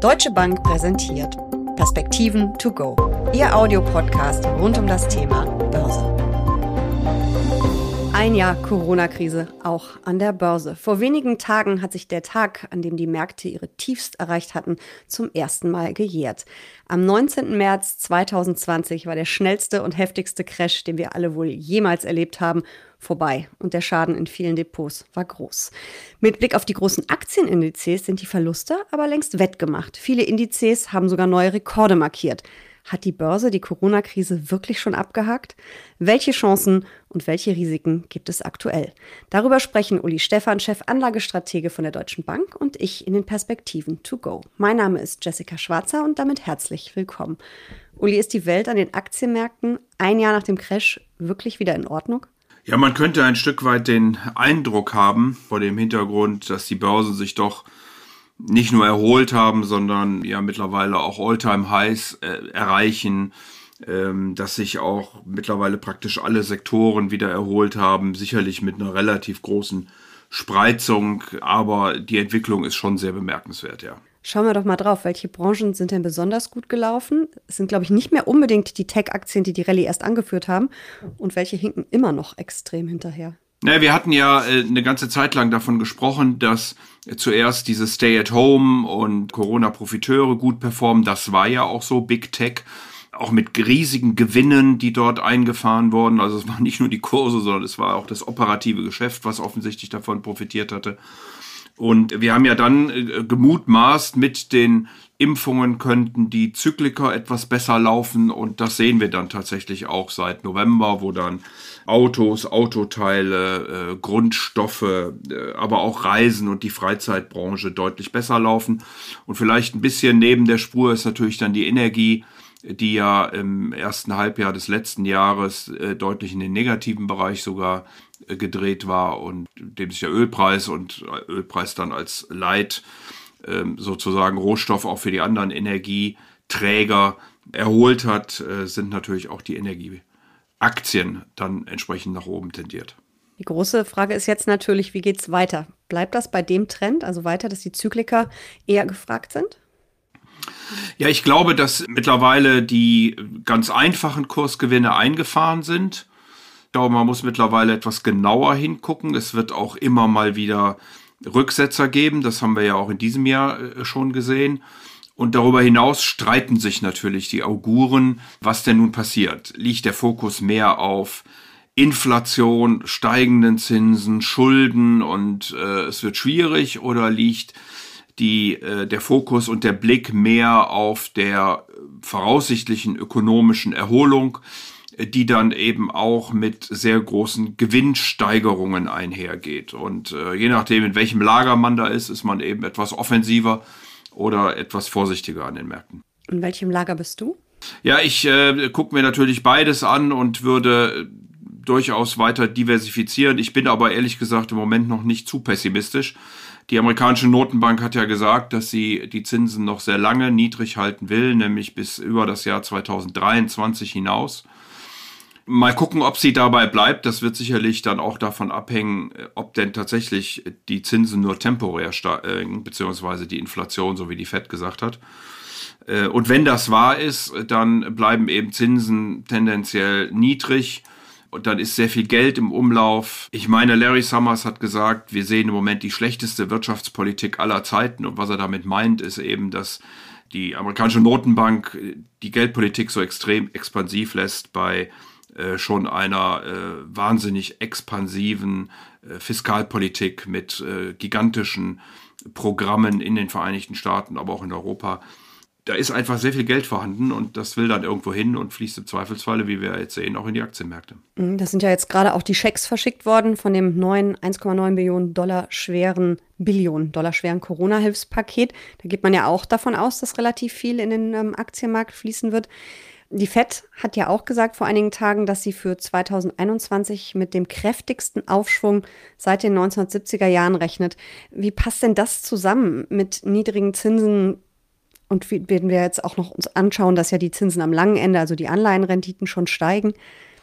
Deutsche Bank präsentiert Perspektiven to go, Ihr Audiopodcast rund um das Thema Börse. Ein Jahr Corona-Krise, auch an der Börse. Vor wenigen Tagen hat sich der Tag, an dem die Märkte ihre Tiefst erreicht hatten, zum ersten Mal gejährt. Am 19. März 2020 war der schnellste und heftigste Crash, den wir alle wohl jemals erlebt haben, vorbei. Und der Schaden in vielen Depots war groß. Mit Blick auf die großen Aktienindizes sind die Verluste aber längst wettgemacht. Viele Indizes haben sogar neue Rekorde markiert. Hat die Börse die Corona-Krise wirklich schon abgehakt? Welche Chancen und welche Risiken gibt es aktuell? Darüber sprechen Uli Stephan, Chefanlagestratege von der Deutschen Bank, und ich in den Perspektiven to go. Mein Name ist Jessica Schwarzer und damit herzlich willkommen. Uli, ist die Welt an den Aktienmärkten ein Jahr nach dem Crash wirklich wieder in Ordnung? Ja, man könnte ein Stück weit den Eindruck haben, vor dem Hintergrund, dass die Börsen sich doch nicht nur erholt haben, sondern ja mittlerweile auch All-Time-Highs erreichen, dass sich auch mittlerweile praktisch alle Sektoren wieder erholt haben, sicherlich mit einer relativ großen Spreizung, aber die Entwicklung ist schon sehr bemerkenswert, ja. Schauen wir doch mal drauf, welche Branchen sind denn besonders gut gelaufen? Es sind, glaube ich, nicht mehr unbedingt die Tech-Aktien, die Rallye erst angeführt haben, und welche hinken immer noch extrem hinterher. Naja, wir hatten ja eine ganze Zeit lang davon gesprochen, dass zuerst diese Stay-at-Home und Corona-Profiteure gut performen. Das war ja auch so, Big Tech, auch mit riesigen Gewinnen, die dort eingefahren wurden. Also es waren nicht nur die Kurse, sondern es war auch das operative Geschäft, was offensichtlich davon profitiert hatte. Und wir haben ja dann gemutmaßt, mit den Impfungen könnten die Zykliker etwas besser laufen. Und das sehen wir dann tatsächlich auch seit November, wo dann Autos, Autoteile, Grundstoffe, aber auch Reisen und die Freizeitbranche deutlich besser laufen. Und vielleicht ein bisschen neben der Spur ist natürlich dann die Energie, die ja im ersten Halbjahr des letzten Jahres deutlich in den negativen Bereich sogar gedreht war und dem sich der Ölpreis dann als sozusagen Rohstoff auch für die anderen Energieträger erholt hat, sind natürlich auch die Energieaktien dann entsprechend nach oben tendiert. Die große Frage ist jetzt natürlich, wie geht's weiter? Bleibt das bei dem Trend, also weiter, dass die Zykliker eher gefragt sind? Ja, ich glaube, dass mittlerweile die ganz einfachen Kursgewinne eingefahren sind. Ich glaube, man muss mittlerweile etwas genauer hingucken. Es wird auch immer mal wieder Rücksetzer geben. Das haben wir ja auch in diesem Jahr schon gesehen. Und darüber hinaus streiten sich natürlich die Auguren, was denn nun passiert. Liegt der Fokus mehr auf Inflation, steigenden Zinsen, Schulden und es wird schwierig, oder liegt der Fokus und der Blick mehr auf der voraussichtlichen ökonomischen Erholung, die dann eben auch mit sehr großen Gewinnsteigerungen einhergeht. Und je nachdem, in welchem Lager man da ist man eben etwas offensiver oder etwas vorsichtiger an den Märkten. In welchem Lager bist du? Ja, ich gucke mir natürlich beides an und würde durchaus weiter diversifizieren. Ich bin aber ehrlich gesagt im Moment noch nicht zu pessimistisch. Die amerikanische Notenbank hat ja gesagt, dass sie die Zinsen noch sehr lange niedrig halten will, nämlich bis über das Jahr 2023 hinaus. Mal gucken, ob sie dabei bleibt. Das wird sicherlich dann auch davon abhängen, ob denn tatsächlich die Zinsen nur temporär steigen, beziehungsweise die Inflation, so wie die Fed gesagt hat. Und wenn das wahr ist, dann bleiben eben Zinsen tendenziell niedrig. Und dann ist sehr viel Geld im Umlauf. Ich meine, Larry Summers hat gesagt, wir sehen im Moment die schlechteste Wirtschaftspolitik aller Zeiten. Und was er damit meint, ist eben, dass die amerikanische Notenbank die Geldpolitik so extrem expansiv lässt bei schon einer wahnsinnig expansiven Fiskalpolitik mit gigantischen Programmen in den Vereinigten Staaten, aber auch in Europa. Da ist einfach sehr viel Geld vorhanden und das will dann irgendwo hin und fließt im Zweifelsfalle, wie wir jetzt sehen, auch in die Aktienmärkte. Das sind ja jetzt gerade auch die Schecks verschickt worden von dem neuen 1,9 Billionen Dollar schweren Corona-Hilfspaket. Da geht man ja auch davon aus, dass relativ viel in den Aktienmarkt fließen wird. Die Fed hat ja auch gesagt vor einigen Tagen, dass sie für 2021 mit dem kräftigsten Aufschwung seit den 1970er Jahren rechnet. Wie passt denn das zusammen mit niedrigen Zinsen? Und werden wir jetzt auch noch uns anschauen, dass ja die Zinsen am langen Ende, also die Anleihenrenditen, schon steigen.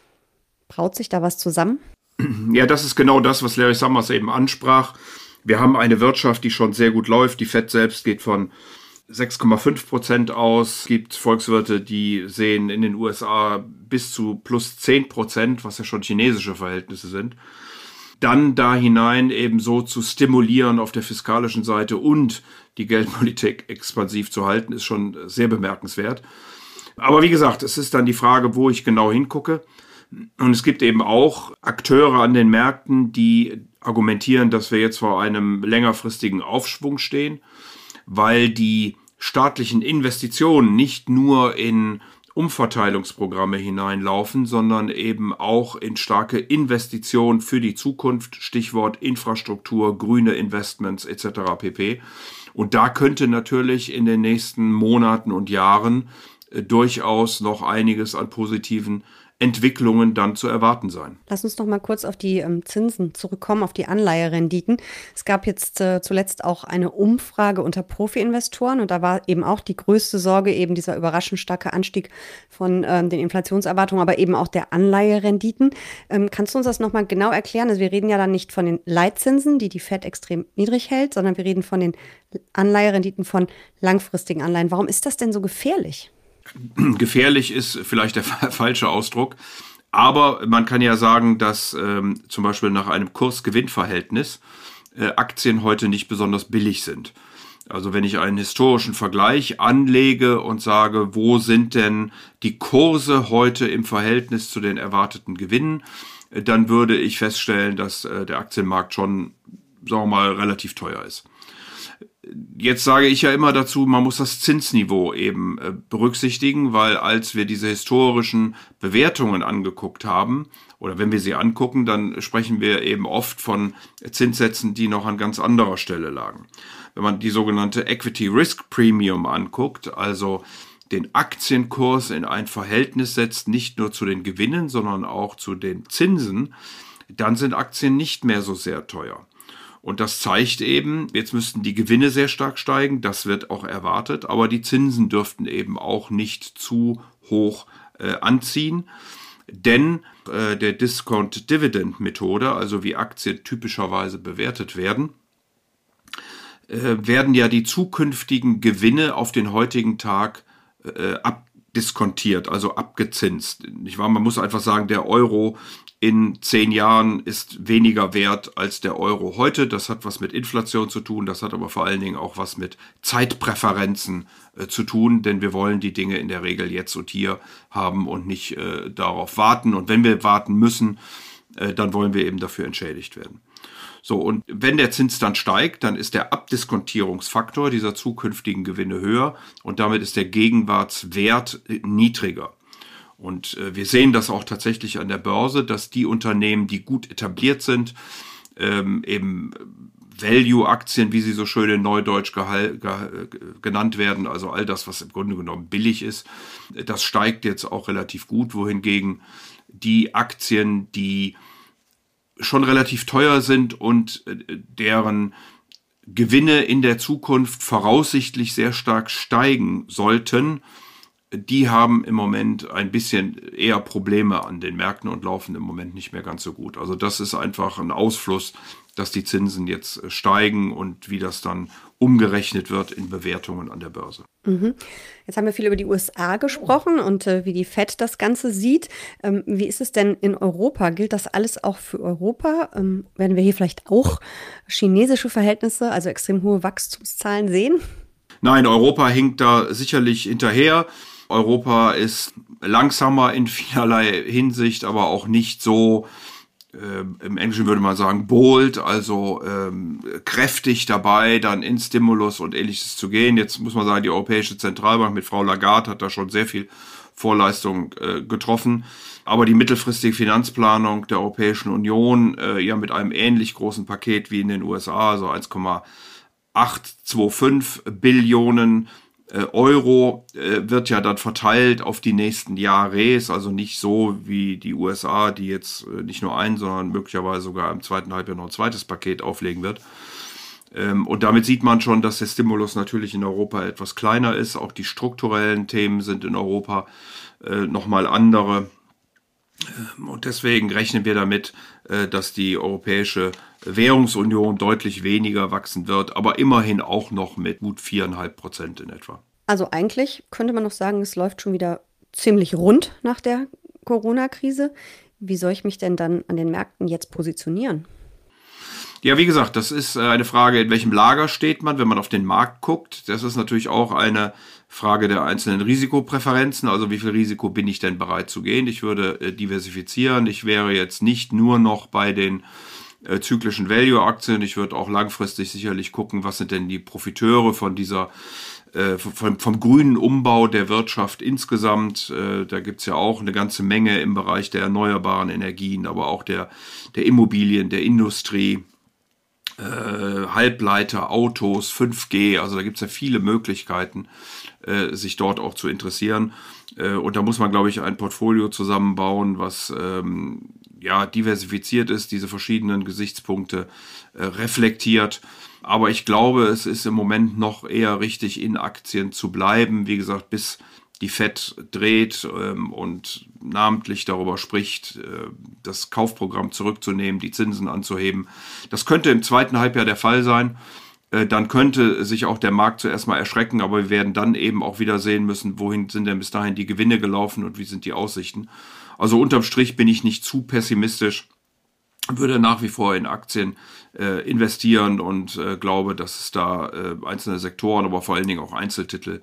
Braut sich da was zusammen? Ja, das ist genau das, was Larry Summers eben ansprach. Wir haben eine Wirtschaft, die schon sehr gut läuft. Die Fed selbst geht von 6,5% aus. Es gibt Volkswirte, die sehen in den USA bis zu plus 10%, was ja schon chinesische Verhältnisse sind. Dann da hinein eben so zu stimulieren auf der fiskalischen Seite und die Geldpolitik expansiv zu halten, ist schon sehr bemerkenswert. Aber wie gesagt, es ist dann die Frage, wo ich genau hingucke. Und es gibt eben auch Akteure an den Märkten, die argumentieren, dass wir jetzt vor einem längerfristigen Aufschwung stehen, weil die staatlichen Investitionen nicht nur in Umverteilungsprogramme hineinlaufen, sondern eben auch in starke Investitionen für die Zukunft, Stichwort Infrastruktur, grüne Investments etc. pp. Und da könnte natürlich in den nächsten Monaten und Jahren durchaus noch einiges an positiven Entwicklungen dann zu erwarten sein. Lass uns noch mal kurz auf die Zinsen zurückkommen, auf die Anleiherenditen. Es gab jetzt zuletzt auch eine Umfrage unter Profi-Investoren und da war eben auch die größte Sorge eben dieser überraschend starke Anstieg von den Inflationserwartungen, aber eben auch der Anleiherenditen. Kannst du uns das noch mal genau erklären? Also wir reden ja dann nicht von den Leitzinsen, die Fed extrem niedrig hält, sondern wir reden von den Anleiherenditen von langfristigen Anleihen. Warum ist das denn so gefährlich? Gefährlich ist vielleicht der falsche Ausdruck, aber man kann ja sagen, dass zum Beispiel nach einem Kurs-Gewinn-Verhältnis Aktien heute nicht besonders billig sind. Also wenn ich einen historischen Vergleich anlege und sage, wo sind denn die Kurse heute im Verhältnis zu den erwarteten Gewinnen, dann würde ich feststellen, dass der Aktienmarkt schon, sagen wir mal, relativ teuer ist. Jetzt sage ich ja immer dazu, man muss das Zinsniveau eben berücksichtigen, weil als wir diese historischen Bewertungen angeguckt haben, oder wenn wir sie angucken, dann sprechen wir eben oft von Zinssätzen, die noch an ganz anderer Stelle lagen. Wenn man die sogenannte Equity Risk Premium anguckt, also den Aktienkurs in ein Verhältnis setzt, nicht nur zu den Gewinnen, sondern auch zu den Zinsen, dann sind Aktien nicht mehr so sehr teuer. Und das zeigt eben, jetzt müssten die Gewinne sehr stark steigen, das wird auch erwartet, aber die Zinsen dürften eben auch nicht zu hoch anziehen, denn der Discount-Dividend-Methode, also wie Aktien typischerweise bewertet werden, werden ja die zukünftigen Gewinne auf den heutigen Tag abdiskontiert, also abgezinst. Nicht wahr? Man muss einfach sagen, der Euro in 10 Jahren ist weniger wert als der Euro heute. Das hat was mit Inflation zu tun, das hat aber vor allen Dingen auch was mit Zeitpräferenzen zu tun, denn wir wollen die Dinge in der Regel jetzt und hier haben und nicht darauf warten. Und wenn wir warten müssen, dann wollen wir eben dafür entschädigt werden. So, und wenn der Zins dann steigt, dann ist der Abdiskontierungsfaktor dieser zukünftigen Gewinne höher und damit ist der Gegenwartswert niedriger. Und wir sehen das auch tatsächlich an der Börse, dass die Unternehmen, die gut etabliert sind, eben Value-Aktien, wie sie so schön in Neudeutsch genannt werden, also all das, was im Grunde genommen billig ist, das steigt jetzt auch relativ gut, wohingegen die Aktien, die schon relativ teuer sind und deren Gewinne in der Zukunft voraussichtlich sehr stark steigen sollten, die haben im Moment ein bisschen eher Probleme an den Märkten und laufen im Moment nicht mehr ganz so gut. Also das ist einfach ein Ausfluss, dass die Zinsen jetzt steigen und wie das dann umgerechnet wird in Bewertungen an der Börse. Jetzt haben wir viel über die USA gesprochen und wie die Fed das Ganze sieht. Wie ist es denn in Europa? Gilt das alles auch für Europa? Werden wir hier vielleicht auch chinesische Verhältnisse, also extrem hohe Wachstumszahlen sehen? Nein, Europa hinkt da sicherlich hinterher. Europa ist langsamer in vielerlei Hinsicht, aber auch nicht so, im Englischen würde man sagen, bold, also kräftig dabei, dann in Stimulus und Ähnliches zu gehen. Jetzt muss man sagen, die Europäische Zentralbank mit Frau Lagarde hat da schon sehr viel Vorleistung getroffen. Aber die mittelfristige Finanzplanung der Europäischen Union, ja mit einem ähnlich großen Paket wie in den USA, also 1,825 Billionen Euro wird ja dann verteilt auf die nächsten Jahre, also nicht so wie die USA, die jetzt nicht nur ein, sondern möglicherweise sogar im zweiten Halbjahr noch ein zweites Paket auflegen wird. Und damit sieht man schon, dass der Stimulus natürlich in Europa etwas kleiner ist. Auch die strukturellen Themen sind in Europa nochmal andere. Und deswegen rechnen wir damit, dass die europäische Währungsunion deutlich weniger wachsen wird, aber immerhin auch noch mit gut 4,5% in etwa. Also eigentlich könnte man noch sagen, es läuft schon wieder ziemlich rund nach der Corona-Krise. Wie soll ich mich denn dann an den Märkten jetzt positionieren? Ja, wie gesagt, das ist eine Frage, in welchem Lager steht man, wenn man auf den Markt guckt. Das ist natürlich auch eine Frage der einzelnen Risikopräferenzen. Also wie viel Risiko bin ich denn bereit zu gehen? Ich würde diversifizieren. Ich wäre jetzt nicht nur noch bei den zyklischen Value-Aktien. Ich würde auch langfristig sicherlich gucken, was sind denn die Profiteure von dieser vom grünen Umbau der Wirtschaft insgesamt. Da gibt's ja auch eine ganze Menge im Bereich der erneuerbaren Energien, aber auch der Immobilien, der Industrie, Halbleiter, Autos, 5G. Also da gibt's ja viele Möglichkeiten, sich dort auch zu interessieren. Und da muss man, glaube ich, ein Portfolio zusammenbauen, was diversifiziert ist, diese verschiedenen Gesichtspunkte reflektiert. Aber ich glaube, es ist im Moment noch eher richtig, in Aktien zu bleiben. Wie gesagt, bis die Fed dreht und namentlich darüber spricht, das Kaufprogramm zurückzunehmen, die Zinsen anzuheben. Das könnte im zweiten Halbjahr der Fall sein. Dann könnte sich auch der Markt zuerst mal erschrecken, aber wir werden dann eben auch wieder sehen müssen, wohin sind denn bis dahin die Gewinne gelaufen und wie sind die Aussichten. Also unterm Strich bin ich nicht zu pessimistisch, würde nach wie vor in Aktien investieren und glaube, dass es da einzelne Sektoren, aber vor allen Dingen auch Einzeltitel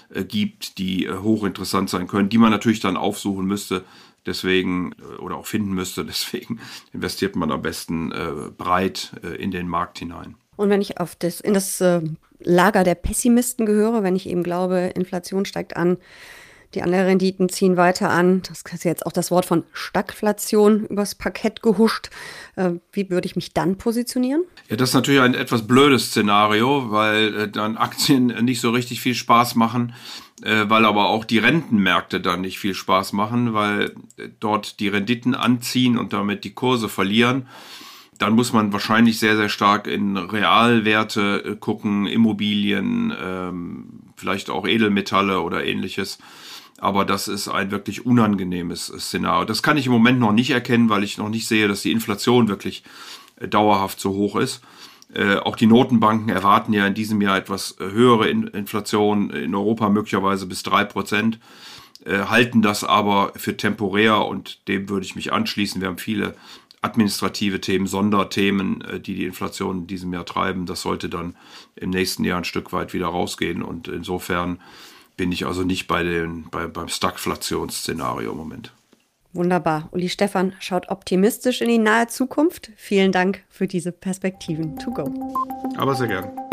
gibt, die hochinteressant sein können, die man natürlich dann aufsuchen müsste, deswegen oder auch finden müsste. Deswegen investiert man am besten breit in den Markt hinein. Und wenn ich in das Lager der Pessimisten gehöre, wenn ich eben glaube, Inflation steigt an, die Anleiherenditen ziehen weiter an, das ist jetzt auch das Wort von Stagflation übers Parkett gehuscht, wie würde ich mich dann positionieren? Ja, das ist natürlich ein etwas blödes Szenario, weil dann Aktien nicht so richtig viel Spaß machen, weil aber auch die Rentenmärkte dann nicht viel Spaß machen, weil dort die Renditen anziehen und damit die Kurse verlieren. Dann muss man wahrscheinlich sehr, sehr stark in Realwerte gucken, Immobilien, vielleicht auch Edelmetalle oder ähnliches. Aber das ist ein wirklich unangenehmes Szenario. Das kann ich im Moment noch nicht erkennen, weil ich noch nicht sehe, dass die Inflation wirklich dauerhaft so hoch ist. Auch die Notenbanken erwarten ja in diesem Jahr etwas höhere Inflation, in Europa möglicherweise bis 3%, halten das aber für temporär und dem würde ich mich anschließen. Wir haben viele administrative Themen, Sonderthemen, die Inflation in diesem Jahr treiben. Das sollte dann im nächsten Jahr ein Stück weit wieder rausgehen und insofern bin ich also nicht beim Stagflationsszenario im Moment. Wunderbar. Uli Stephan schaut optimistisch in die nahe Zukunft. Vielen Dank für diese Perspektiven to go. Aber sehr gern.